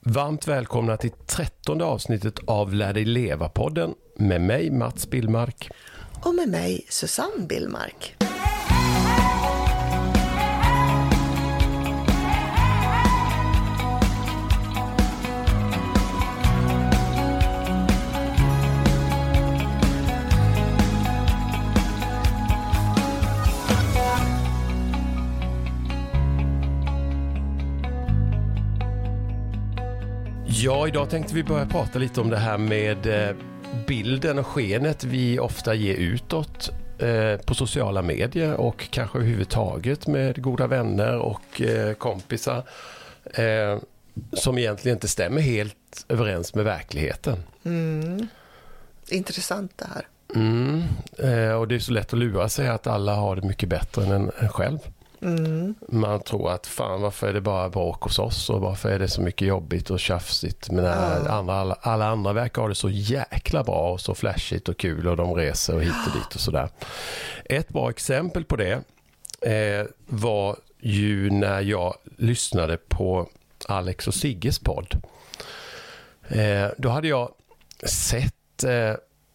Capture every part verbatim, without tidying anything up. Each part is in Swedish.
Varmt välkomna till trettonde avsnittet av Lär dig leva-podden med mig Mats Billmark. Och med mig Susanne Billmark. Ja, idag tänkte vi börja prata lite om det här med bilden och skenet vi ofta ger utåt eh, på sociala medier och kanske överhuvudtaget med goda vänner och eh, kompisar eh, som egentligen inte stämmer helt överens med verkligheten. Mm. Intressant det här. Mm. Eh, och det är så lätt att lura sig att alla har det mycket bättre än en, en själv. Mm. Man tror att fan, varför är det bara bråk hos oss och varför är det så mycket jobbigt och tjafsigt, men ja. andra, alla, alla andra verkar ha det så jäkla bra och så flashigt och kul och de reser och hit och dit och sådär. Ett bra exempel på det eh, var ju när jag lyssnade på Alex och Sigges podd. Eh, då hade jag sett eh,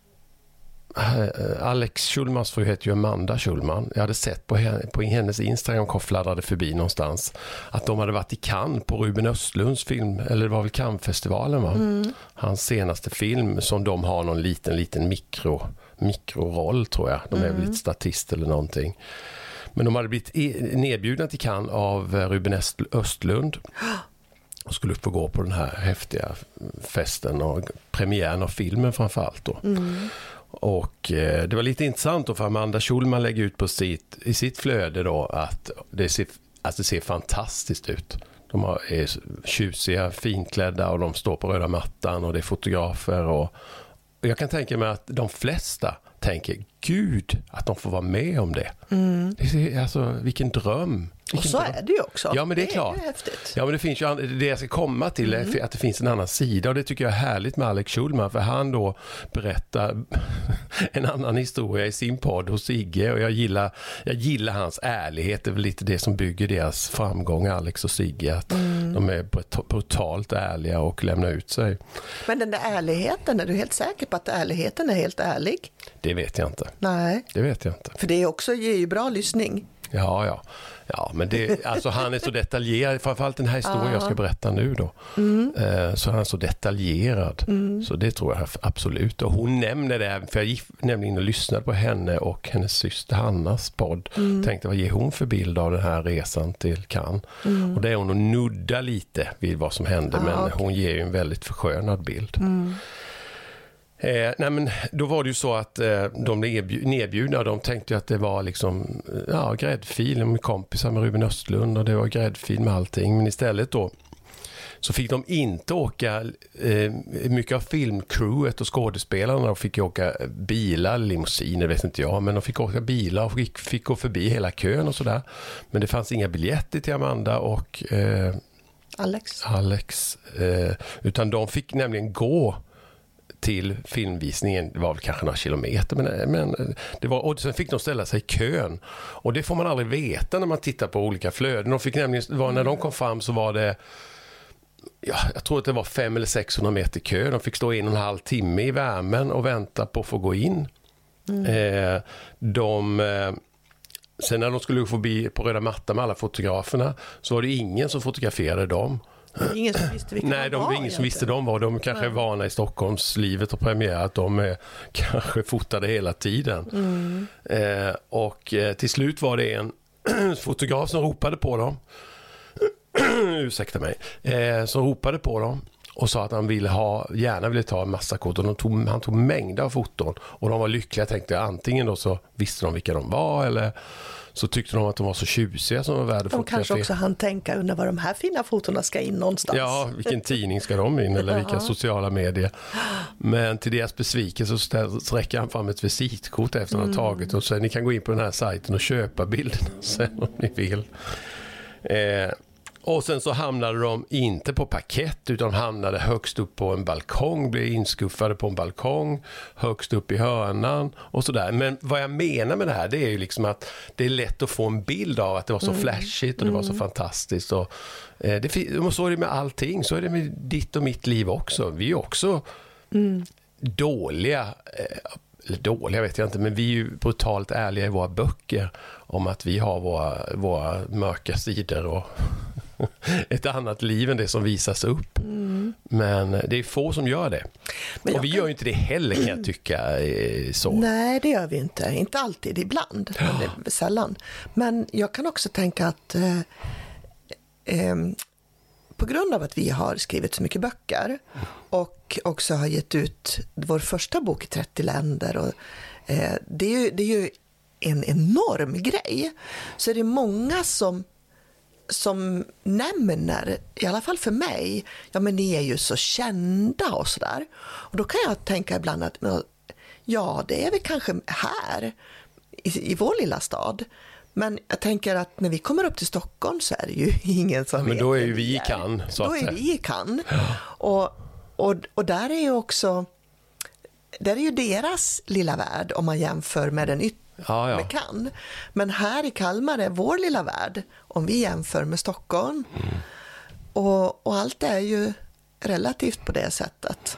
Alex Schulmans fru heter ju Amanda Schulman. Jag hade sett på, henne, på hennes Instagram koffladdade förbi någonstans att de hade varit i Cannes på Ruben Östlunds film, eller det var väl Cannes-festivalen va? Mm. Hans senaste film som de har någon liten liten mikro mikroroll tror jag. De är mm. väl lite statist eller någonting. Men de hade blivit nedbjudna till Cannes av Ruben Östlund och skulle få gå på den här häftiga festen och premiären av filmen framförallt då. Mm. Och eh, det var lite intressant då, för Amanda Schulman lägger ut på sitt, i sitt flöde då att det ser, att det ser fantastiskt ut. De har, är tjusiga, finklädda och de står på röda mattan och det är fotografer och, och jag kan tänka mig att de flesta tänker, gud att de får vara med om det. Mm. Det är, alltså, vilken dröm. Och så är det ju också. Ja, men det är, det är klart. Ju häftigt. Ja, men det finns ju det jag ska komma till mm. är att det finns en annan sida och det tycker jag är härligt med Alex Schulman, för han då berättar en annan historia i sin podd hos Sigge och jag gillar, jag gillar hans ärlighet. Det är väl lite det som bygger deras framgång, Alex och Sigge, att mm. de är brutalt ärliga och lämnar ut sig. Men den där ärligheten, är du helt säker på att ärligheten är helt ärlig? Det vet jag inte. Nej. Det vet jag inte. För det är också, ger ju bra lyssning. Ja, ja. Ja, men det, alltså han är så detaljerad, framförallt den här historien ah. jag ska berätta nu då. Mm. Eh, så han är så detaljerad. Mm. Så det tror jag absolut. Och hon nämner det, för jag gick nämligen och lyssnade på henne och hennes syster Hannas podd. Mm. Tänkte, vad ger hon för bild av den här resan till Cannes? Mm. Och det är hon att nudda lite vid vad som hände, ah, men okay. hon ger ju en väldigt förskönad bild. Mm. Eh, nej men då var det ju så att eh, de blev nedbjudna, de tänkte ju att det var liksom ja, gräddfil med kompisar med Ruben Östlund och det var gräddfil med allting, men istället då så fick de inte åka eh, mycket av filmcrewet och skådespelarna, de fick åka bilar, limousiner vet inte jag, men de fick åka bilar och fick, fick gå förbi hela kön och sådär, men det fanns inga biljetter till Amanda och eh, Alex, Alex eh, utan de fick nämligen gå till filmvisningen. Det var väl kanske några kilometer, men, men det var, och sen fick de ställa sig i kön och det får man aldrig veta när man tittar på olika flöden. De fick nämligen, det var, när de kom fram så var det ja, jag tror att det var fem eller sexhundra meter kö. De fick stå en och en halv timme i värmen och vänta på att få gå in. Mm. Eh, de eh, sen när de skulle få bli på röda mattan med alla fotograferna så var det ingen som fotograferade dem. Ingen som visste vilka Nej, de var ingen som visste de var. De kanske är vana i Stockholmslivet och premiär att de är, kanske fotade hela tiden. Mm. Eh, och eh, till slut var det en fotograf som ropade på dem. Ursäkta mig. Eh, som ropade på dem och sa att han ville ha, gärna ville ta en massa kort och de tog, han tog mängder av foton och de var lyckliga. Jag tänkte antingen då så visste de vilka de var eller så tyckte de att de var så tjusiga som var värda de kanske också han tänka under vad de här fina fotona ska in någonstans. Ja, vilken tidning ska de in eller vilka sociala medier. Men till deras besvikelse så sträcker han fram ett visitkort efter att mm. ha tagit och så ni kan gå in på den här sajten och köpa bilderna sen om ni vill. Eh, Och sen så hamnade de inte på parkett utan hamnade högst upp på en balkong, blev inskuffade på en balkong, högst upp i hörnan och sådär. Men vad jag menar med det här, det är ju liksom att det är lätt att få en bild av att det var så mm. flashigt och det var så fantastiskt. Och, eh, det, och så är det med allting, så är det med ditt och mitt liv också. Vi är också mm. dåliga, eh, eller dåliga vet jag inte, men vi är ju brutalt ärliga i våra böcker om att vi har våra, våra mörka sidor och ett annat liv än det som visas upp. Mm. Men det är få som gör det. Men och vi kan... gör ju inte det heller, kan jag tycka. Så. Nej, det gör vi inte. Inte alltid, ibland. Ja. Men det är sällan. Men jag kan också tänka att eh, eh, på grund av att vi har skrivit så mycket böcker och också har gett ut vår första bok i trettio länder och eh, det är ju, det är ju en enorm grej. Så är det många som som nämner, i alla fall för mig, ja men ni är ju så kända och sådär. Och då kan jag tänka ibland att ja, det är vi kanske här i, i vår lilla stad. Men jag tänker att när vi kommer upp till Stockholm så är det ju ingen som ja, men vet. Då är ju vi i Cannes. Så då att är vi i Cannes. Ja. Och, och, och där är ju också, där är ju deras lilla värld om man jämför med den yttre. Ja, ja. Med Cannes. Men här i Kalmar är vår lilla värld om vi jämför med Stockholm. Mm. Och, och allt är ju relativt på det sättet.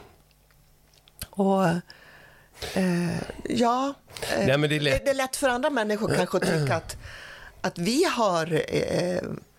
Och eh, ja, eh, Nej, men det, är lätt... Det, det är lätt för andra människor kanske att tycka att, att vi har eh,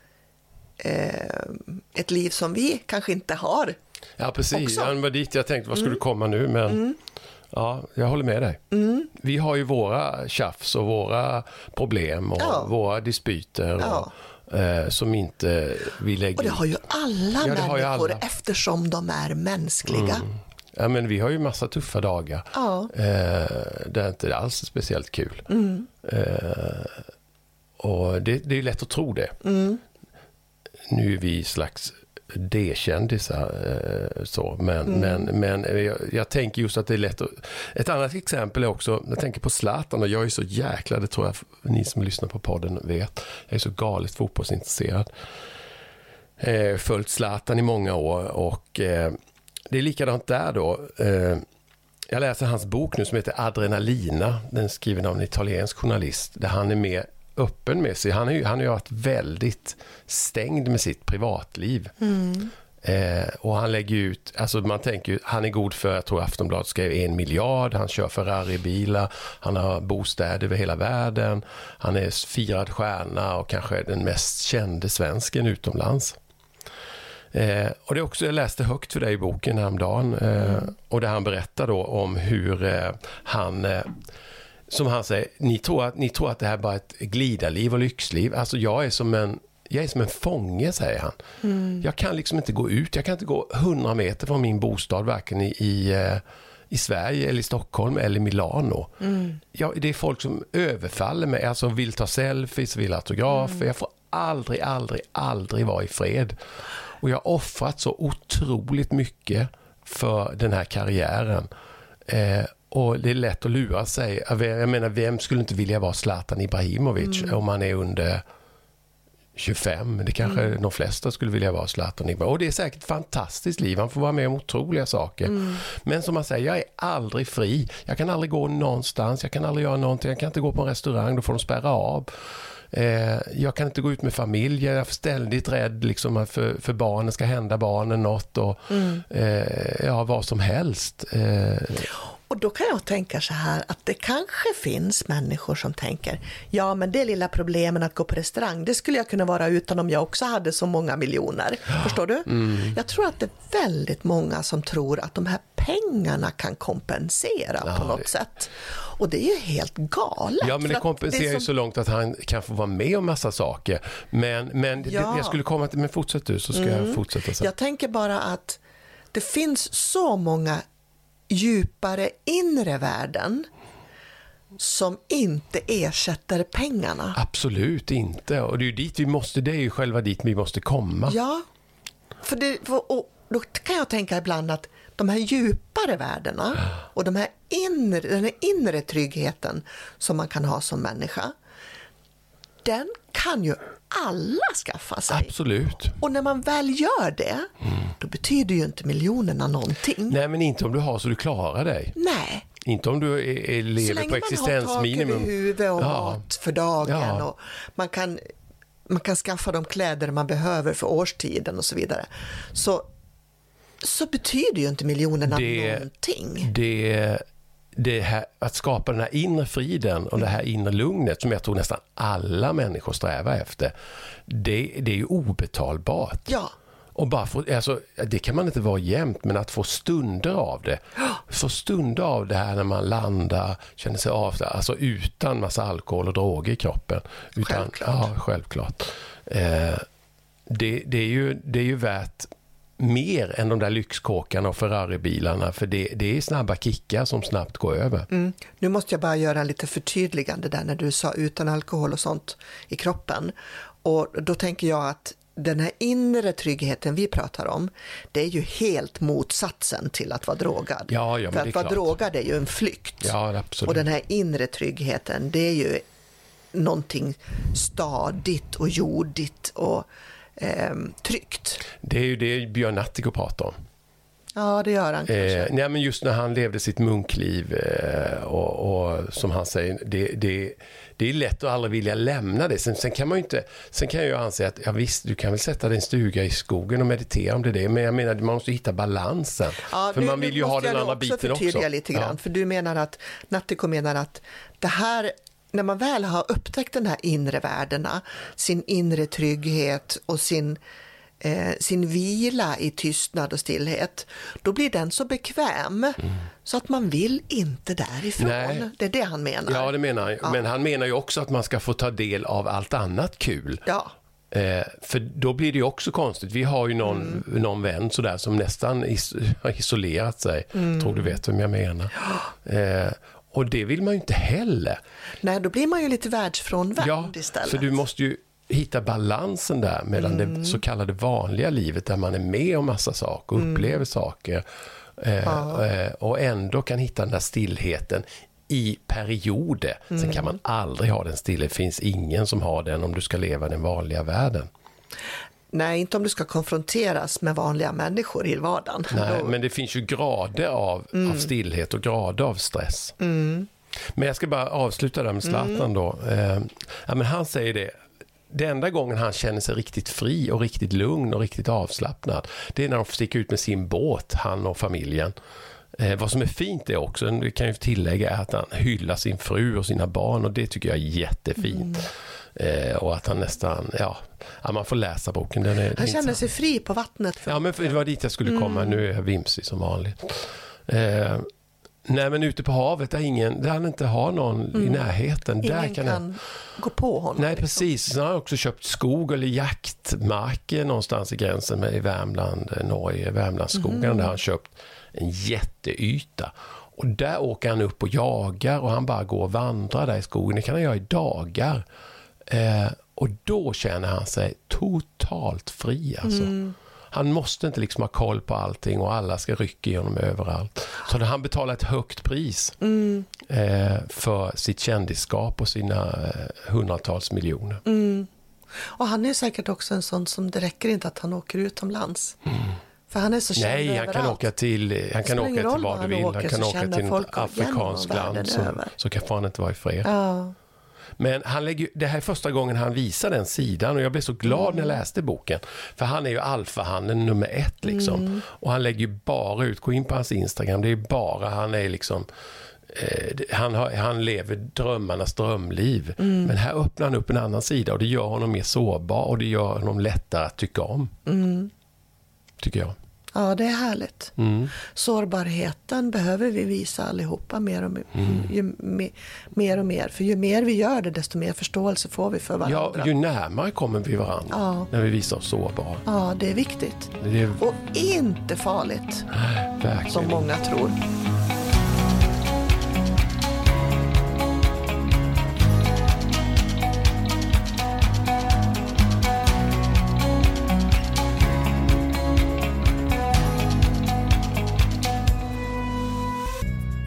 eh, ett liv som vi kanske inte har. Ja, precis. Ja, det var dit jag tänkte, vad skulle mm. komma nu? Men... Mm. Ja, jag håller med dig. Mm. Vi har ju våra tjafs och våra problem och ja. våra dispyter ja. och, eh, som inte vi lägger... Och det har ju alla ja, människor ju alla. Eftersom de är mänskliga. Mm. Ja, men vi har ju massa tuffa dagar. Ja. Eh, det är inte alls speciellt kul. Mm. Eh, och det, det är lätt att tro det. Mm. Nu är vi slags... D-kändisar eh, så, men, mm. men, men jag, jag tänker just att det är lätt att, ett annat exempel är också, jag tänker på Zlatan och jag är så jäkla, det tror jag ni som lyssnar på podden vet, jag är så galet fotbollsintresserad, eh, följt Zlatan i många år och eh, det är likadant där då. eh, jag läser hans bok nu som heter Adrenalina, den är skriven av en italiensk journalist där han är med öppen med sig. Han har ju, han har ju varit väldigt stängd med sitt privatliv. Mm. Eh, och han lägger ut, alltså man tänker ju, han är god för, jag tror Aftonbladet skrev en miljard, han kör Ferrari-bilar, han har bostäder över hela världen, han är firad stjärna och kanske den mest kände svensken utomlands. Eh, och det är också, jag läste högt för dig i boken häromdagen eh, mm. och där han berättar då om hur eh, han eh, som han säger, ni tror, att, ni tror att det här bara är ett glidarliv och lyxliv. Alltså jag är som en, jag är som en fånge, säger han. Mm. Jag kan liksom inte gå ut, jag kan inte gå hundra meter från min bostad, varken i, i, i Sverige eller i Stockholm eller i Milano. Mm. Jag, det är folk som överfaller mig, alltså vill ta selfies, vill autografer. Mm. Jag får aldrig, aldrig, aldrig vara i fred. Och jag har offrat så otroligt mycket för den här karriären. Eh, Och det är lätt att lura sig. Jag menar, vem skulle inte vilja vara Zlatan Ibrahimovic mm. om man är under tjugofem? Det kanske mm. de flesta skulle vilja vara Zlatan Ibrahimovic. Och det är säkert ett fantastiskt liv. Han får vara med om otroliga saker. Mm. Men som man säger, jag är aldrig fri. Jag kan aldrig gå någonstans. Jag kan aldrig göra någonting. Jag kan inte gå på en restaurang. Då får de spärra av. Eh, jag kan inte gå ut med familj. Jag är ständigt rädd liksom, att för, för barnen ska hända barnen något. Och, mm. eh, ja, vad som helst. Eh, Och då kan jag tänka så här att det kanske finns människor som tänker ja men det lilla problemen att gå på restaurang, det skulle jag kunna vara utan om jag också hade så många miljoner. Ja. Förstår du? Mm. Jag tror att det är väldigt många som tror att de här pengarna kan kompensera ja, på något det. sätt. Och det är ju helt galet. Ja, men det kompenserar ju som... så långt att han kan få vara med om massa saker. Men, men ja. det, jag skulle komma till, men fortsätt du så ska mm. jag fortsätta sen. Jag tänker bara att det finns så många djupare inre värden som inte ersätter pengarna. Absolut inte. Och det är ju dit vi måste, det är ju själva dit vi måste komma. Ja, för det, och då kan jag tänka ibland att de här djupare värdena och de här inre, den här inre tryggheten som man kan ha som människa, den kan ju alla skaffa sig. Absolut. Och när man väl gör det, mm. då betyder ju inte miljonerna någonting. Nej, men inte om du har så du klarar dig. Nej. Inte om du är, är, lever på existensminimum. Så länge man har tak över huvudet och ja. mat för dagen. Ja. Och man kan, man kan skaffa de kläder man behöver för årstiden och så vidare. Så, så betyder ju inte miljonerna det, någonting. Det, det här, att skapa den här inre friden och det här inre lugnet som jag tror nästan alla människor strävar efter. Det, det är ju obetalbart. Ja. Och bara få, alltså, det kan man inte vara jämt, men att få stunder av det. Få stunder av det här när man landar, känner sig av, alltså utan massa alkohol och droger i kroppen. Utan, självklart. Ja, självklart. Eh, det, det, är ju, det är ju värt mer än de där lyxkåkarna och Ferrari-bilarna, för det, det är snabba kickar som snabbt går över. Mm. Nu måste jag bara göra lite förtydligande där när du sa utan alkohol och sånt i kroppen. Och då tänker jag att den här inre tryggheten vi pratar om, det är ju helt motsatsen till att vara drogad. Ja, ja, men För det är att vara klart. drogad är ju en flykt. Ja, absolut. Och den här inre tryggheten, det är ju någonting stadigt och jordigt och eh, tryggt. Det är ju det Björn Natthiko pratar om. Ja, det gör han kanske. Eh, nej, men just när han levde sitt munkliv eh, och, och som han säger, det, det, det är lätt att aldrig vilja lämna det. Sen, sen kan man ju inte, sen kan jag ju anse att ja, visst, du kan väl sätta din stuga i skogen och meditera om det, det men jag menar man måste hitta balansen. Ja, för nu, man vill ju ha den andra biten också. Förtydliga lite grann, ja. För du menar att Natthiko menar att det här, när man väl har upptäckt den här inre värdena, sin inre trygghet och sin Eh, sin vila i tystnad och stillhet, då blir den så bekväm mm. så att man vill inte därifrån. Nej. Det är det han menar. Ja, det menar han. Ja. Men han menar ju också att man ska få ta del av allt annat kul. Ja. Eh, för då blir det ju också konstigt. Vi har ju någon, mm. någon vän sådär som nästan is- har isolerat sig. Mm. Tror du vet vem jag menar. Ja. Eh, och det vill man ju inte heller. Nej, då blir man ju lite världsfrånvänd ja, istället. för du måste ju hitta balansen där mellan mm. det så kallade vanliga livet där man är med om massa saker och mm. upplever saker eh, ja. eh, och ändå kan hitta den där stillheten i perioder. Mm. Sen kan man aldrig ha den stilla. Det finns ingen som har den om du ska leva den vanliga världen. Nej, inte om du ska konfronteras med vanliga människor i vardagen. Nej, Då... men det finns ju grader av, mm. av stillhet och grader av stress. Mm. Men jag ska bara avsluta där med Zlatan mm. då. Eh, ja, men han säger det. Det enda gången han känner sig riktigt fri och riktigt lugn och riktigt avslappnad, det är när de får sticka ut med sin båt, han och familjen. Eh, vad som är fint är också, det kan jag tillägga, är att han hyllar sin fru och sina barn och det tycker jag är jättefint. Mm. Eh, och att han nästan, ja, ja, man får läsa boken. Den är, han känner sig fri på vattnet. Ja, men det var dit jag skulle komma. Mm. Nu är jag vimsig som vanligt. Eh, Nej, men ute på havet där ingen, där han inte har någon mm. i närheten. Ingen där kan, kan han... gå på honom. Nej, liksom. precis. Så han har också köpt skog eller jaktmarker någonstans i gränsen med i Värmland, Norge, Värmlandsskogen. Mm. Där har han köpt en jätteyta. Och där åker han upp och jagar och han bara går och vandrar där i skogen. Det kan han göra i dagar. Eh, och då känner han sig totalt fri alltså. Mm. Han måste inte liksom ha koll på allting och alla ska rycka i honom överallt. Så han betalar ett högt pris mm. eh, för sitt kändisskap och sina eh, hundratals miljoner. Mm. Och han är säkert också en sån som det räcker inte att han åker utomlands. Mm. För han är så känd Nej, han överallt. kan åka till, han kan åka till vad du vill. Han kan åka till ett afrikanskt land så, så kan fan inte vara i fred. Ja. Men han lägger, det här är första gången han visar den sidan och jag blev så glad mm. när jag läste boken. För han är ju alfahannen nummer ett liksom. Mm. Och han lägger ju bara ut, gå in på hans Instagram, det är bara, han är liksom eh, han, har, han lever drömmarnas drömliv. Mm. Men här öppnar han upp en annan sida och det gör honom mer sårbar och det gör honom lättare att tycka om. Mm. Tycker jag. Ja, det är härligt. Mm. Sårbarheten behöver vi visa allihopa mer och mer, mm. ju, mer, mer och mer. För ju mer vi gör det, desto mer förståelse får vi för varandra. Ja, ju närmare kommer vi varandra ja. När vi visar oss sårbara. Ja, det är viktigt. Det är... Och inte farligt. Nej, verkligen. Som många tror.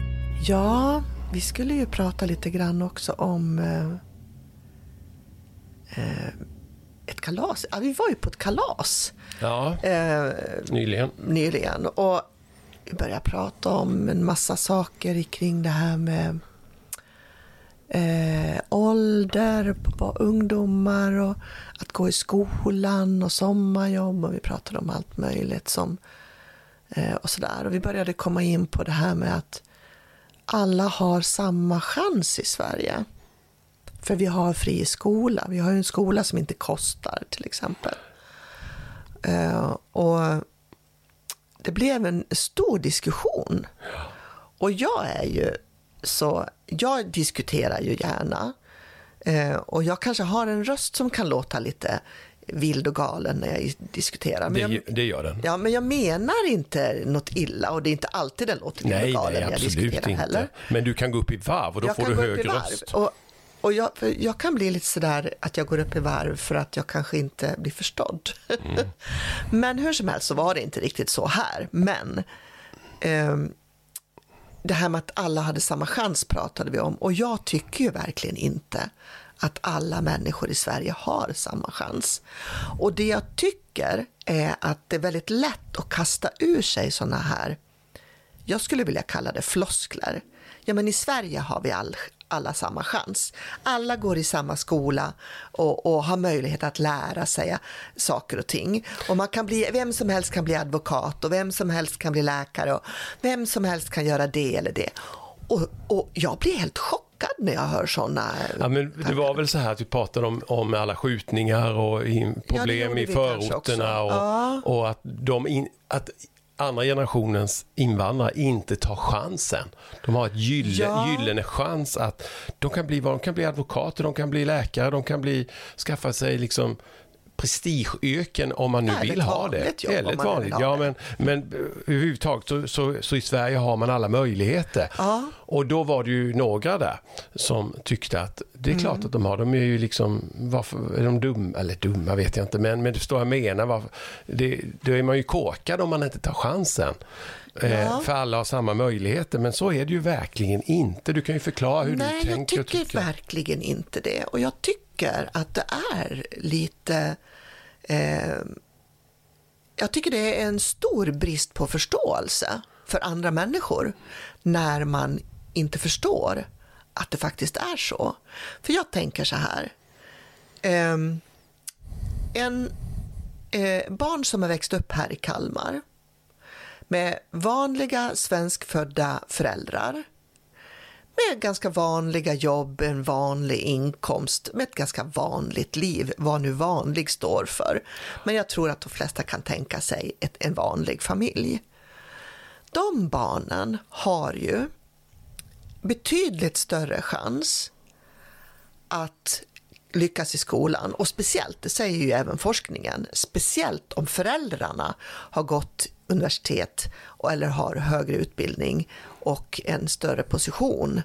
Ja, vi skulle ju prata lite grann också om eh, eh, ett kalas. Ja, vi var ju på ett kalas. Ja, eh, nyligen. nyligen. Och vi började prata om en massa saker kring det här med eh, ålder på ungdomar och att gå i skolan och sommarjobb. Och vi pratade om allt möjligt som, eh, och sådär. Och vi började komma in på det här med att alla har samma chans i Sverige. För vi har fri skola. Vi har ju en skola som inte kostar till exempel. Uh, och det blev en stor diskussion. Och jag är ju så, jag diskuterar ju gärna. Uh, och jag kanske har en röst som kan låta lite vild och galen när jag diskuterar. Men det, jag, det gör den. Ja, men jag menar inte något illa och det är inte alltid den låter vild och galen nej, när jag diskuterar absolut inte. heller. Men du kan gå upp i varv och då jag får du hög röst. Och, och jag, jag kan bli lite sådär att jag går upp i varv för att jag kanske inte blir förstådd. Mm. Men hur som helst så var det inte riktigt så här. Men eh, det här med att alla hade samma chans pratade vi om. Och jag tycker ju verkligen inte att alla människor i Sverige har samma chans. Och det jag tycker är att det är väldigt lätt att kasta ur sig såna här, jag skulle vilja kalla det floskler. Ja, men i Sverige har vi all, alla samma chans. Alla går i samma skola och, och har möjlighet att lära sig saker och ting. Och man kan bli, vem som helst kan bli advokat och vem som helst kan bli läkare och vem som helst kan göra det eller det. Och, och jag blir helt chockad när jag hör sådana. Ja, men det var väl så här att vi pratade om, om alla skjutningar och in, problem ja, i förorterna och, ja. och att de in, att andra generationens invandrare inte tar chansen. De har ett gylle, ja. gyllene chans att de kan bli de kan bli advokater, de kan bli läkare, de kan bli skaffa sig liksom prestigeyrken om man nu Nej, vill ha det. Jobb, Väldigt vanligt. Ja, men, men överhuvudtaget så, så, så i Sverige har man alla möjligheter. Ja. Och då var det ju några där som tyckte att det är mm. klart att de har. De är ju liksom, varför är de dumma? Eller dumma vet jag inte, men, men det står jag menar. Varför, det, då är man ju korkad om man inte tar chansen. Ja. Eh, för alla har samma möjligheter, men så är det ju verkligen inte. Du kan ju förklara hur Nej, du tänker. Nej, jag tycker, tycker verkligen inte det. Och jag tycker att det är lite... Eh, jag tycker det är en stor brist på förståelse för andra människor när man inte förstår att det faktiskt är så. För jag tänker så här. Eh, en eh, barn som har växt upp här i Kalmar med vanliga svenskfödda föräldrar med ganska vanliga jobb, en vanlig inkomst, med ett ganska vanligt liv, vad nu vanlig står för. Men jag tror att de flesta kan tänka sig ett, en vanlig familj. De barnen har ju betydligt större chans att lyckas i skolan, och speciellt, det säger ju även forskningen, speciellt om föräldrarna har gått universitet eller har högre utbildning och en större position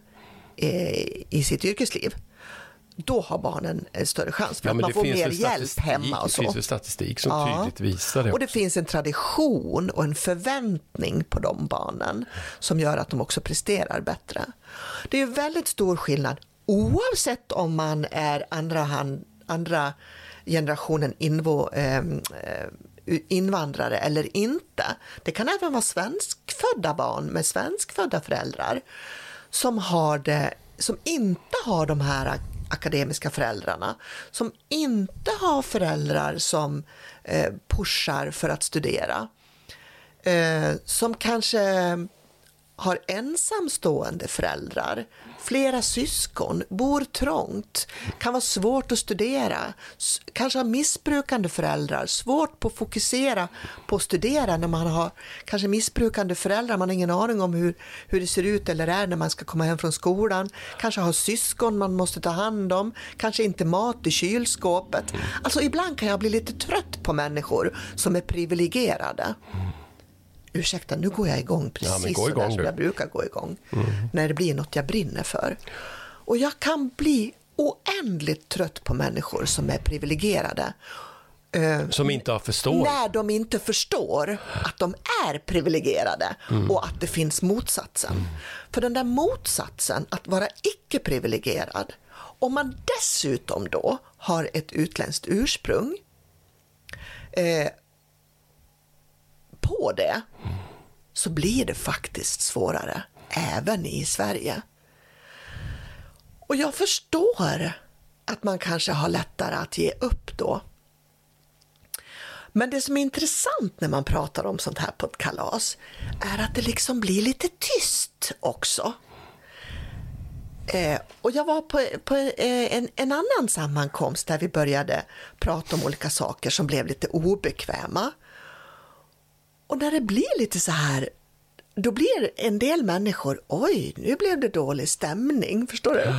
i sitt yrkesliv. Då har barnen en större chans för ja, att man får mer hjälp hemma och så. Det finns ju statistik som ja. tydligt visar det. Och det finns en tradition och en förväntning på de barnen som gör att de också presterar bättre. Det är väldigt stor skillnad oavsett om man är andra, hand, andra generationen invå, eh, invandrare eller inte. Det kan även vara svenskfödda barn med svenskfödda föräldrar som, har det, som inte har de här akademiska föräldrarna, som inte har föräldrar som eh, pushar för att studera, eh, som kanske har ensamstående föräldrar, flera syskon, bor trångt, kan vara svårt att studera, kanske har missbrukande föräldrar, svårt på att fokusera på att studera när man har kanske missbrukande föräldrar, man har ingen aning om hur, hur det ser ut eller är när man ska komma hem från skolan, kanske har syskon man måste ta hand om, kanske inte mat i kylskåpet. Alltså ibland kan jag bli lite trött på människor som är privilegierade. Ursäkta, nu går jag igång precis ja, gå igång, så där som jag brukar gå igång. Mm. När det blir något jag brinner för. Och jag kan bli oändligt trött på människor som är privilegierade. eh, som inte har förstår. När de inte förstår att de är privilegierade mm. och att det finns motsatsen. Mm. För den där motsatsen, att vara icke-privilegierad, om man dessutom då har ett utländskt ursprung eh, på det, mm. så blir det faktiskt svårare även i Sverige. Och jag förstår att man kanske har lättare att ge upp då. Men det som är intressant när man pratar om sånt här på ett kalas är att det liksom blir lite tyst också. Eh, och jag var på, på eh, en, en annan sammankomst där vi började prata om olika saker som blev lite obekväma. Och när det blir lite så här, då blir en del människor, oj, nu blev det dålig stämning, förstår du?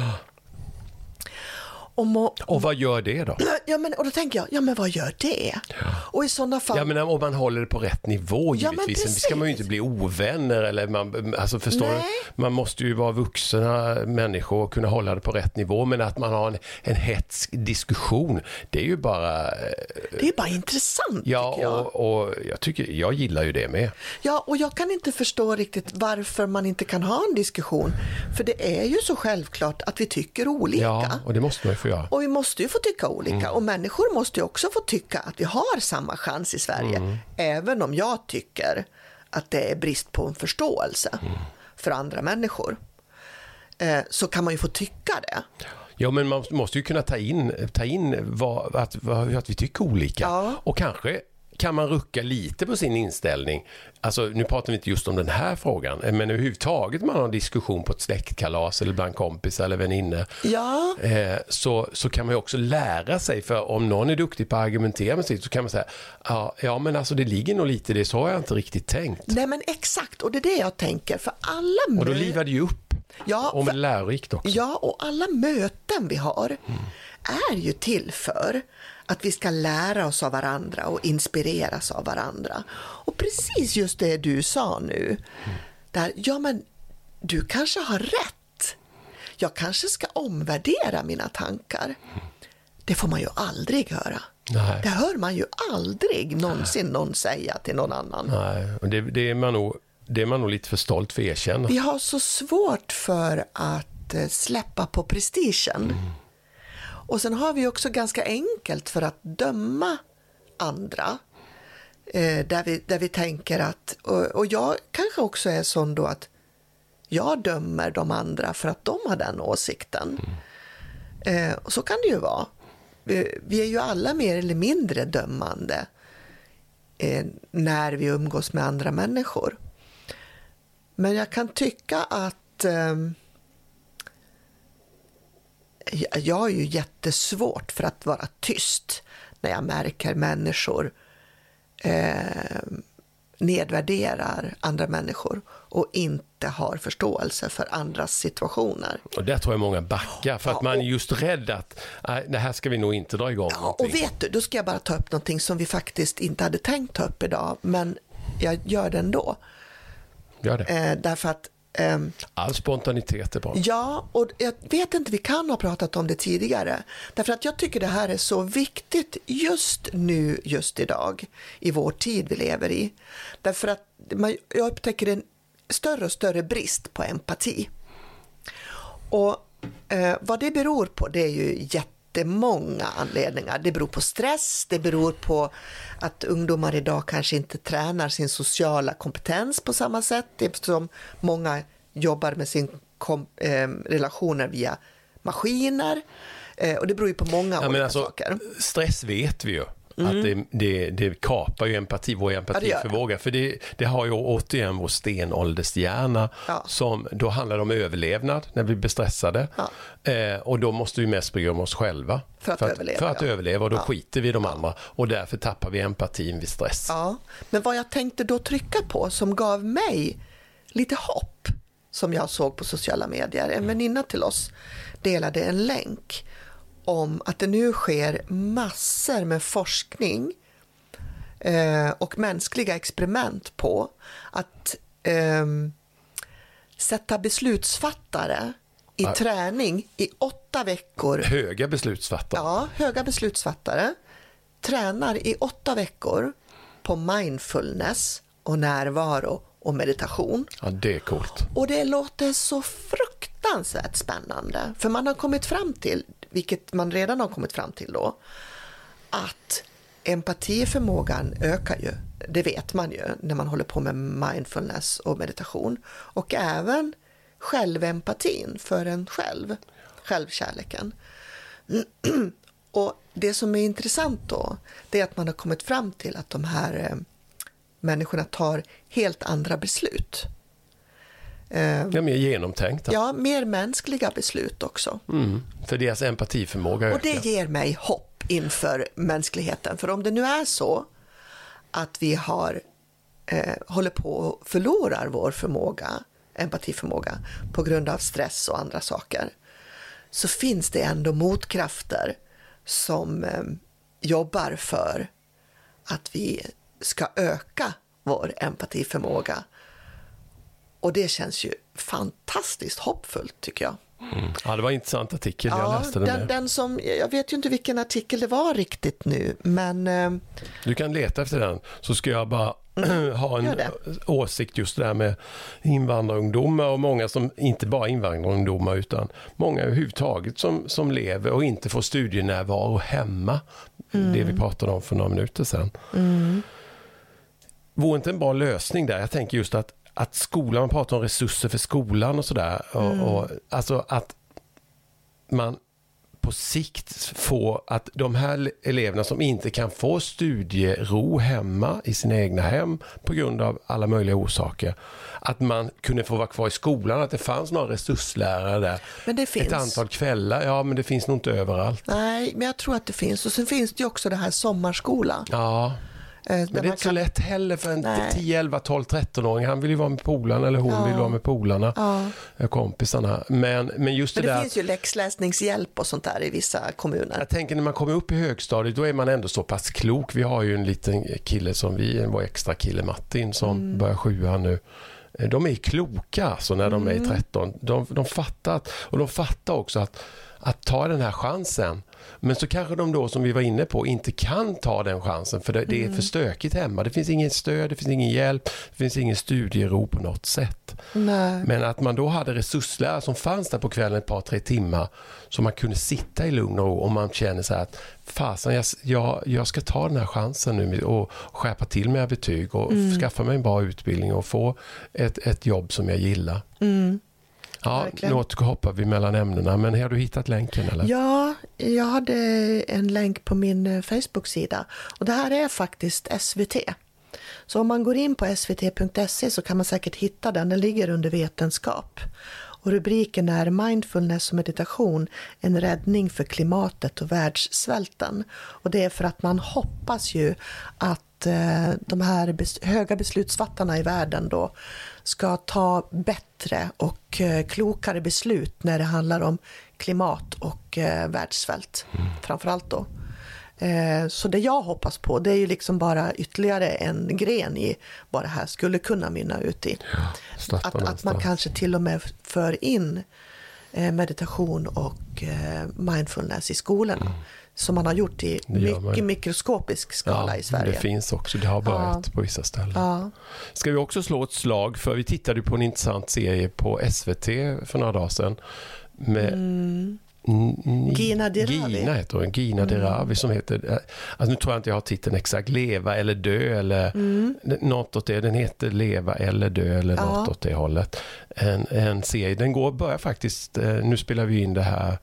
Och, må, och vad gör det då? Ja, men, och då tänker jag, ja men vad gör det? Ja. Och i sådana fall... Ja, men om man håller det på rätt nivå givetvis. Ja, ska man ju inte bli ovänner eller man, alltså förstår du? Man måste ju vara vuxna människor och kunna hålla det på rätt nivå, men att man har en, en hetsk diskussion, det är ju bara... Det är bara intressant, ja, tycker jag. Och, och jag tycker, jag gillar ju det med. Ja, och jag kan inte förstå riktigt varför man inte kan ha en diskussion, för det är ju så självklart att vi tycker olika. Ja, och det måste man ju få göra. Och vi måste ju få tycka olika. Mm. Och människor måste ju också få tycka att vi har samma chans i Sverige. Mm. Även om jag tycker att det är brist på en förståelse mm. för andra människor. Eh, så kan man ju få tycka det. Ja, men man måste ju kunna ta in, ta in vad, att, vad, att vi tycker olika. Ja. Och kanske kan man rucka lite på sin inställning. Alltså, nu pratar vi inte just om den här frågan, men överhuvudtaget man har en diskussion på ett släktkalas eller bland kompisar eller vänner. Ja. Eh, så, så kan man ju också lära sig, för om någon är duktig på att argumentera med sig så kan man säga, ja, ja men alltså det ligger nog lite i det, så har jag inte riktigt tänkt. Nej, men exakt, och det är det jag tänker, för alla mö- Och då livar det ju upp. Ja, och med lärorikt också. Ja, och alla möten vi har mm. är ju till för att vi ska lära oss av varandra och inspireras av varandra. Och precis just det du sa nu, mm. där, ja men du kanske har rätt. Jag kanske ska omvärdera mina tankar. Mm. Det får man ju aldrig höra. Nej. Det hör man ju aldrig någonsin någon säga till någon annan. Nej, och det, det, är man nog, det är man nog lite för stolt för att erkänna. Vi har så svårt för att släppa på prestigen. Mm. Och sen har vi också ganska enkelt för att döma andra. Eh, där, vi, där vi tänker att, och, och jag kanske också är sån då att jag dömer de andra för att de har den åsikten. Mm. Eh, och så kan det ju vara. Vi, vi är ju alla mer eller mindre dömande eh, när vi umgås med andra människor. Men jag kan tycka att eh, jag har ju jättesvårt för att vara tyst när jag märker människor eh, nedvärderar andra människor och inte har förståelse för andras situationer. Och där tror jag många backar, för att ja, man är just rädd att nej, det här ska vi nog inte dra igång. Ja, och vet du, då ska jag bara ta upp någonting som vi faktiskt inte hade tänkt ta upp idag, men jag gör det ändå. Gör det. Eh, därför att Um, all spontanitet är bra. Ja, och jag vet inte, vi kan ha pratat om det tidigare. Därför att jag tycker det här är så viktigt just nu, just idag, i vår tid vi lever i. Därför att man, jag upptäcker en större och större brist på empati. Och eh, vad det beror på, det är ju jättemånga anledningar. Det beror på stress, det beror på att ungdomar idag kanske inte tränar sin sociala kompetens på samma sätt, eftersom många jobbar med sin kom, eh, relationer via maskiner. Eh, och det beror ju på många ja, olika alltså, saker. Stress vet vi ju. Mm. Att det, det, det kapar ju empati, vår empatiförmåga. Ja, för det, det har ju återigen vår stenåldershjärna ja. Som då handlar om överlevnad när vi blir bestressade. Ja. Eh, och då måste vi mest bry om oss själva. För att, för att överleva. För att ja. överleva och då ja. skiter vi i de andra. Och därför tappar vi empatin vid stress. Ja. Men vad jag tänkte då trycka på som gav mig lite hopp, som jag såg på sociala medier. En väninna till oss delade en länk om att det nu sker massor med forskning eh, och mänskliga experiment på att eh, sätta beslutsfattare i ja. träning i åtta veckor. Höga beslutsfattare. Ja, höga beslutsfattare tränar i åtta veckor på mindfulness och närvaro och meditation. Ja, det är coolt. Och det låter så fruktansvärt spännande. För man har kommit fram till, vilket man redan har kommit fram till då, att empatiförmågan ökar ju. Det vet man ju när man håller på med mindfulness och meditation. Och även självempatin för en själv. Självkärleken. Och det som är intressant då, det är att man har kommit fram till att de här eh, människorna tar helt andra beslut. Eh, ja, mer genomtänkta. Ja, mer mänskliga beslut också. Mm, för deras empatiförmåga ökar. Och det ger mig hopp inför mänskligheten. För om det nu är så att vi har eh, håller på att förlorar vår förmåga, empatiförmåga på grund av stress och andra saker, så finns det ändå motkrafter som eh, jobbar för att vi ska öka vår empatiförmåga. Och det känns ju fantastiskt hoppfullt, tycker jag. Mm. Ja, det var en intressant artikel. Jag ja, läste den, den, den som, jag vet ju inte vilken artikel det var riktigt nu, men... Eh, du kan leta efter den, så ska jag bara mm, ha en åsikt just där med invandrarungdomar och många som, inte bara invandrarungdomar utan många överhuvudtaget som, som lever och inte får studienärvaro hemma. Mm. Det vi pratade om för några minuter sedan. Mm. Vore inte en bra lösning där? Jag tänker just att att skolan, man pratar om resurser för skolan och sådär. Mm. Och, och, alltså att man på sikt får att de här eleverna som inte kan få studiero hemma i sina egna hem på grund av alla möjliga orsaker, att man kunde få vara kvar i skolan, att det fanns några resurslärare där. Men det finns. Ett antal kvällar, ja men det finns nog inte överallt. Nej, men jag tror att det finns. Och sen finns det ju också det här sommarskola. Ja. Men det är inte så kan... lätt heller för en tio, elva, tolv, tretton-åring. Han vill ju vara med polarna, eller hon ja. vill vara med polarna, ja. kompisarna. Men, men just men det, det där... finns ju läxläsningshjälp och sånt där i vissa kommuner. Jag tänker när man kommer upp i högstadiet, då är man ändå så pass klok. Vi har ju en liten kille som vi, vår extra kille Martin, som mm. börjar sjuan nu. De är kloka alltså när de mm. är tretton. De, de fattar, och de fattar också att, att ta den här chansen. Men så kanske de då, som vi var inne på, inte kan ta den chansen för det, det är för stökigt hemma. Det finns ingen stöd, det finns ingen hjälp, det finns ingen studiero på något sätt. Nej. Men att man då hade resurslärare som fanns där på kvällen ett par, tre timmar så man kunde sitta i lugn och ro och man känner så här att fasen, jag, jag, jag ska ta den här chansen nu och skärpa till mina betyg och mm. skaffa mig en bra utbildning och få ett, ett jobb som jag gillar. Mm. Ja, nu hoppar vi mellan ämnena, men har du hittat länken eller? Ja, jag hade en länk på min Facebook-sida och det här är faktiskt S V T. Så om man går in på s v t punkt se så kan man säkert hitta den, den ligger under vetenskap. Och rubriken är Mindfulness och meditation, en räddning för klimatet och världssvälten. Och det är för att man hoppas ju att eh, de här bes- höga beslutsfattarna i världen då ska ta bättre och eh, klokare beslut när det handlar om klimat och eh, världssvält. Mm. Framförallt då. Eh, så det jag hoppas på, det är ju liksom bara ytterligare en gren i vad det här skulle kunna mynna ut i. Ja, att, att man kanske till och med för in eh, meditation och eh, mindfulness i skolorna. Mm. Som man har gjort i mycket mikroskopisk skala ja, i Sverige. Det finns också, det har börjat ja. på vissa ställen. Ja. Ska vi också slå ett slag, för vi tittade på en intressant serie på S V T för några dagar sedan med mm. N- Gina Dirawi. Gina heter hon, Gina mm. Dirawi som heter, alltså nu tror jag inte jag har titeln exakt, Leva eller dö eller mm. något åt det, den heter Leva eller dö eller ja. något åt det hållet. En, en serie, den går, börjar faktiskt, nu spelar vi in det här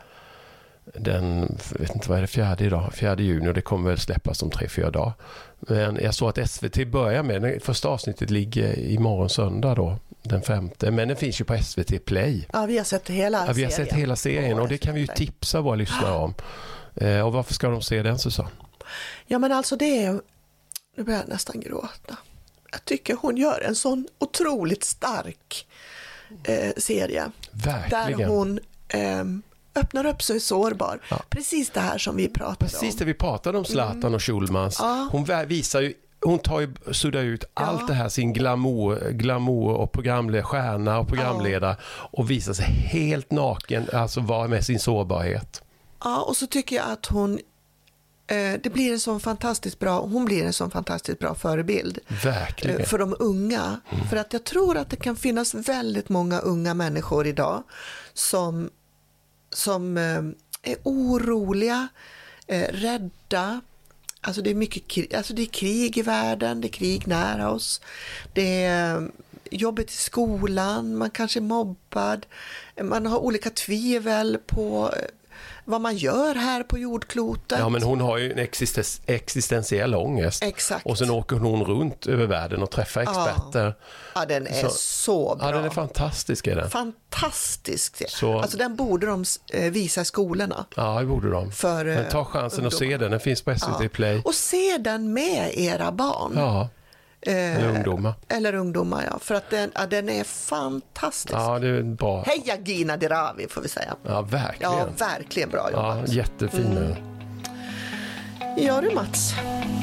den, vet inte vad är det, fjärde idag, fjärde juni och det kommer väl släppas om tre, fyra dagar. Men jag såg att S V T börjar med, det första avsnittet ligger imorgon söndag då, den femte, men den finns ju på S V T Play. Ja, vi har sett hela ja, vi har serien. sett hela serien och det kan vi ju tipsa våra lyssnare om. Eh, och varför ska de se den, Susanne? Ja, men alltså det är, nu börjar jag nästan gråta. Jag tycker hon gör en sån otroligt stark eh, serie. Verkligen. Där hon eh, öppnar upp sig sårbar. Ja. Precis det här som vi pratade Precis om. Precis det vi pratade om, Zlatan mm. och Schulmans. Ja. Hon visar ju, hon tar ju, suddar ut ja. allt det här, sin glamour, glamour och programledare, stjärna och programledare ja. och visar sig helt naken, alltså vara med sin sårbarhet. Ja, och så tycker jag att hon det blir en sån fantastiskt bra, hon blir en sån fantastiskt bra förebild. Verkligen. För de unga. Mm. För att jag tror att det kan finnas väldigt många unga människor idag som, som är oroliga, rädda. Alltså det är mycket, alltså det är krig i världen, det är krig nära oss. Det är jobbet i skolan, man kanske är mobbad, man har olika tvivel på vad man gör här på jordklotet. Ja, men hon har ju en existens, existentiell ångest. Exakt. Och sen åker hon runt över världen och träffar experter. Ja, ja den är så, så bra. Ja, den är fantastisk. Är den. Fantastisk. Så, alltså den borde de visa i skolorna. Ja, det borde de. För, men ta chansen att se den, den finns på S V T ja. Play. Och se den med era barn. Ja. Eller ungdomar. Eller ungdomar, ja. För att den, ja, den är fantastisk. Ja, det är bra. Heja Gina Dirawi, får vi säga. Ja, verkligen. Ja, verkligen bra jobbat. Ja, jättefin. Mm. Ja du Mats.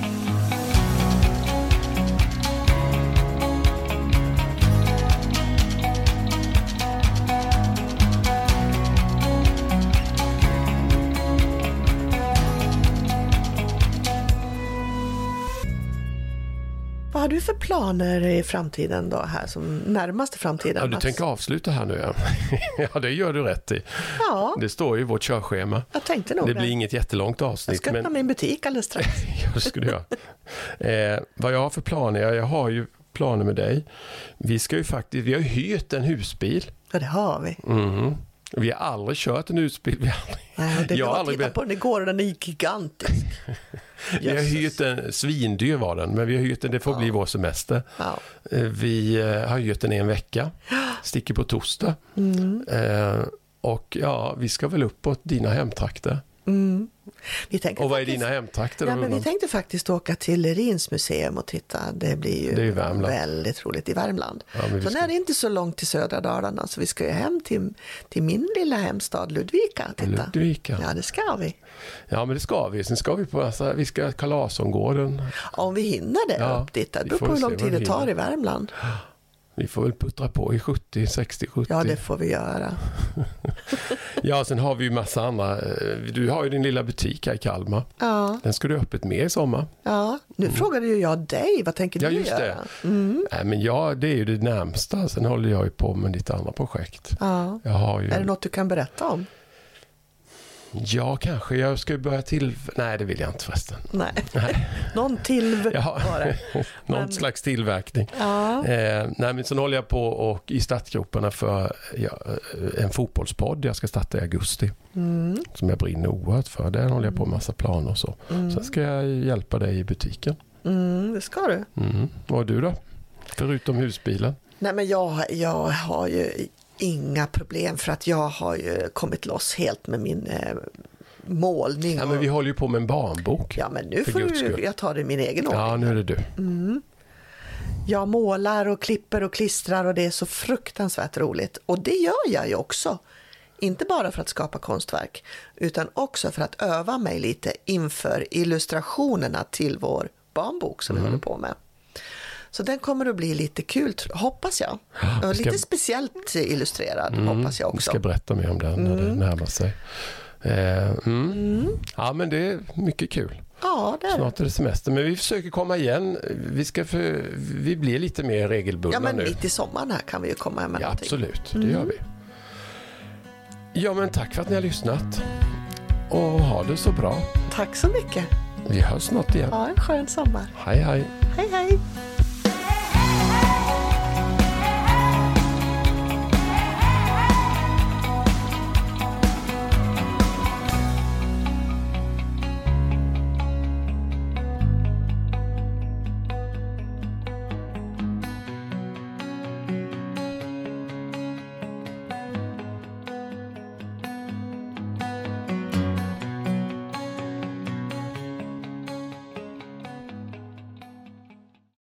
Vad har du för planer i framtiden då här, som närmaste framtiden? Ja, du Mats? Tänker avsluta här nu, ja. Ja, det gör du rätt i. Ja. Det står ju i vårt körschema. Jag tänkte nog det. Det blir inget jättelångt avsnitt. Jag ska öppna men... min butik alldeles strax. Ja, det skulle jag. Eh, vad jag har för planer, jag har ju planer med dig. Vi ska ju faktiskt, vi har hyrt en husbil. Ja, det har vi. Mm. Vi har aldrig kört en husbil. Vi har aldrig... Nej, det jag har aldrig tittade be... på den igår och den är gigantisk. Vi har hyrt en, svindyr var den, men vi har hyrt den, det får ja. bli vår semester. Ja. Vi har hyrt den i en vecka, sticker på torsdag. Mm. Eh, och ja, vi ska väl uppåt dina hemtrakter. Mm. Vi tänkte och vad faktiskt, är dina hemtrakter? Ja, men vi tänkte faktiskt åka till Rins museum och titta. Det blir ju det är väldigt roligt i Värmland. Ja, så ska... är det inte så långt till södra Dalarna, så vi ska ju hem till, till min lilla hemstad Ludvika. Titta. Ludvika. Ja, det ska vi. Ja, men det ska vi. Sen ska vi på alltså, vi ska Kalasomgården. Om vi hinner det ja, upp dit. Det beror på hur lång tid det tar i Värmland. Vi får väl puttra på i sjuttio, sextio, sjuttio. Ja, det får vi göra. Ja, sen har vi ju massa andra. Du har ju din lilla butik här i Kalmar. Ja. Den ska du öppet med i sommar. Ja, nu mm. frågade ju jag dig. Vad tänker ja, du just göra? Det. Mm. Nej, men ja, det är ju det närmsta. Sen håller jag ju på med ditt andra projekt. Ja. Jag har ju... Är det något du kan berätta om? Ja, kanske. Jag ska börja till... Nej, det vill jag inte förresten. Nej. Nej. Någon till ja. var det. Någon men... slags tillverkning. Ja. Eh, nej, men sen håller jag på och i startgroparna för ja, en fotbollspodd jag ska starta i augusti. Mm. Som jag brinner oerhört för. Där håller jag på med massa planer och så. Mm. Sen ska jag hjälpa dig i butiken. Mm, det ska du. Mm. Vad är du då? Förutom husbilen? Nej, men jag, jag har ju... inga problem, för att jag har ju kommit loss helt med min eh, målning. Ja, men vi håller ju på med en barnbok. Ja, men nu får du, jag tar det i min egen ordning. Ja, nu är det du. Mm. Jag målar och klipper och klistrar och det är så fruktansvärt roligt. Och det gör jag ju också. Inte bara för att skapa konstverk, utan också för att öva mig lite inför illustrationerna till vår barnbok som mm. vi håller på med. Så den kommer att bli lite kul, hoppas jag. Och ska... lite speciellt illustrerad, mm, hoppas jag också. Vi ska berätta mer om den när mm. det närmar sig. Eh, mm. Mm. Ja, men det är mycket kul. Ja, det är Snart är det semester, men vi försöker komma igen. Vi, ska för... vi blir lite mer regelbundna ja, men nu. mitt i sommaren här kan vi ju komma med ja, någonting. Absolut, det mm. gör vi. Ja, men tack för att ni har lyssnat. Och ha det så bra. Tack så mycket. Vi hörs snart igen. Ja, en skön sommar. Hej, hej. Hej, hej.